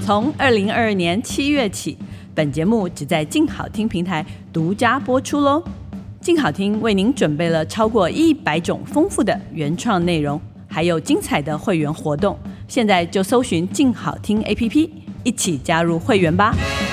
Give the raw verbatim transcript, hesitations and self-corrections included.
从二零二二年七月起，本节目只在静好听平台独家播出咯。静好听为您准备了超过一百种丰富的原创内容，还有精彩的会员活动。现在就搜寻静好听 A P P， 一起加入会员吧。